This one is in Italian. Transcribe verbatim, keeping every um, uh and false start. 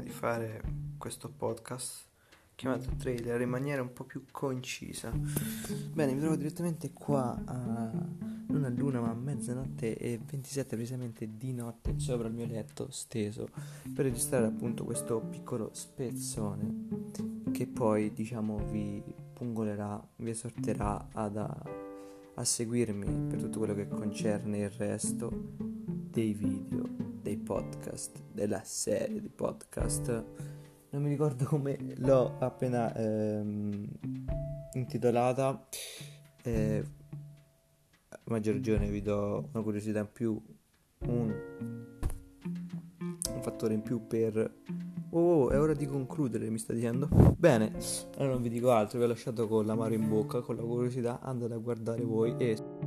di fare questo podcast chiamato trailer in maniera un po' più concisa. Bene, mi trovo direttamente qua a, non a luna ma a mezzanotte e ventisette, precisamente di notte, sopra il mio letto steso per registrare appunto questo piccolo spezzone che poi, diciamo, vi pungolerà, vi esorterà ad a, a seguirmi per tutto quello che concerne il resto dei video, dei podcast, della serie di podcast. Non mi ricordo come l'ho appena ehm, intitolata. Eh, a maggior ragione vi do una curiosità in più, un, un fattore in più per... Oh, è ora di concludere, mi sta dicendo? Bene, allora non vi dico altro, vi ho lasciato con l'amaro in bocca, con la curiosità, andate a guardare voi e...